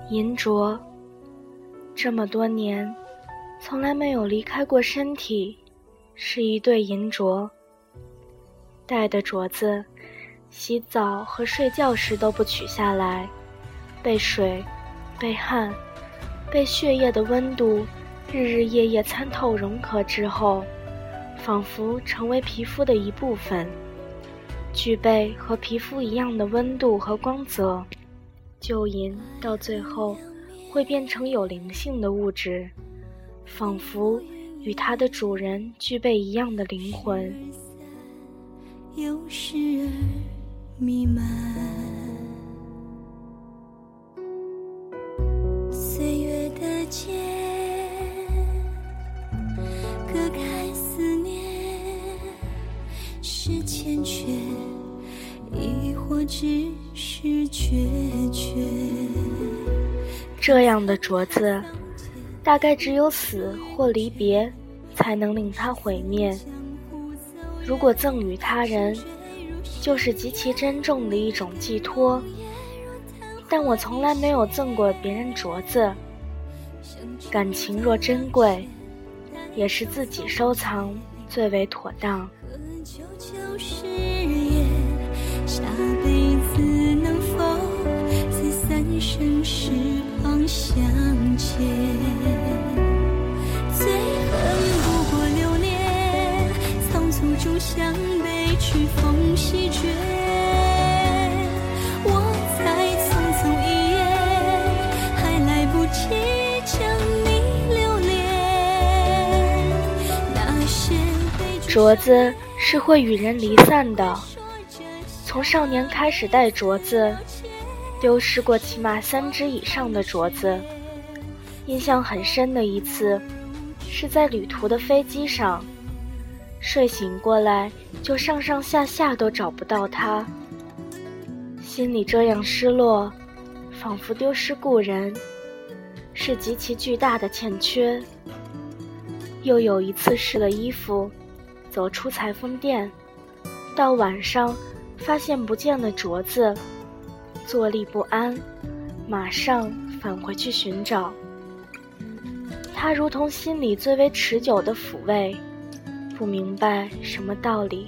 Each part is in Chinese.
银镯，这么多年从来没有离开过身体，是一对银镯。戴的镯子，洗澡和睡觉时都不取下来，被水、被汗、被血液的温度日日夜夜参透融合之后，仿佛成为皮肤的一部分，具备和皮肤一样的温度和光泽。旧银到最后会变成有灵性的物质，仿佛与它的主人具备一样的灵魂。 有时而弥漫，岁月的剑割开思念，是缱绻，亦或只是决绝。 这样的镯子，大概只有死或离别才能令它毁灭。如果赠与他人，就是极其珍重的一种寄托。但我从来没有赠过别人镯子，感情若珍贵，也是自己收藏最为妥当。 久久誓言，下辈子能否在三生石旁相见？最恨不过流年，仓促中向悲去风席卷。我才匆匆一眼，还来不及将你留恋。那些镯子是会与人离散的。从少年开始戴镯子，丢失过起码3只以上的镯子。印象很深的一次，是在旅途的飞机上，睡醒过来就上上下下都找不到它，心里这样失落，仿佛丢失故人，是极其巨大的欠缺。又有一次试了衣服，走出裁缝店，到晚上发现不见了镯子，坐立不安，马上返回去寻找。它如同心里最为持久的抚慰，不明白什么道理。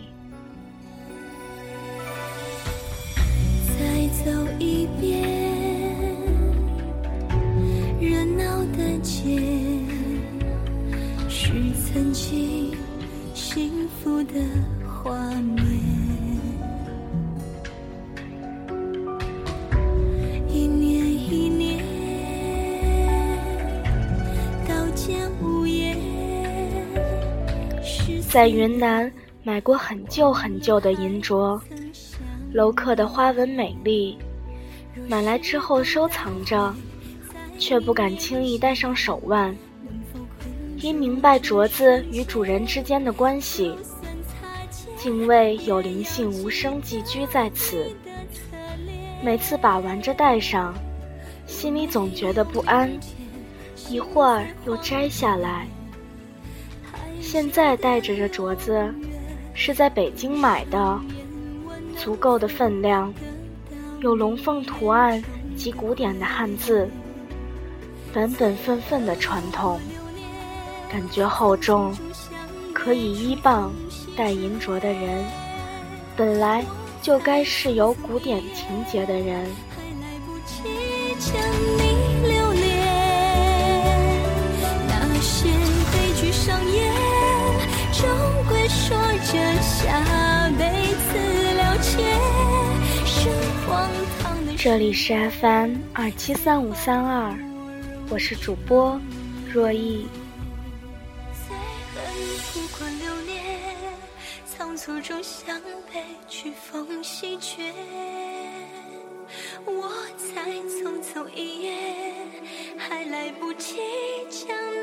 再走一遍热闹的街，是曾经幸福的画面。一年一年刀剑无言， 在云南买过很旧很旧的银镯，镂刻的花纹美丽，买来之后收藏着，却不敢轻易戴上手腕，因明白镯子与主人之间的关系，敬畏有灵性无声寄居在此。每次把玩着戴上，心里总觉得不安，一会儿又摘下来。现在戴着这镯子是在北京买的，足够的分量，有龙凤图案及古典的汉字，本本分分的传统，感觉厚重，可以依傍。戴银镯的人本来就该是有古典情节的人。 还来不及将你留恋，那些悲剧上演，终归说着下辈子了解，是荒唐的。 这里是 FM273532，我是主播若意。 最恨不过流年，仓促中向悲去风席卷。我才匆匆一眼，还来不及将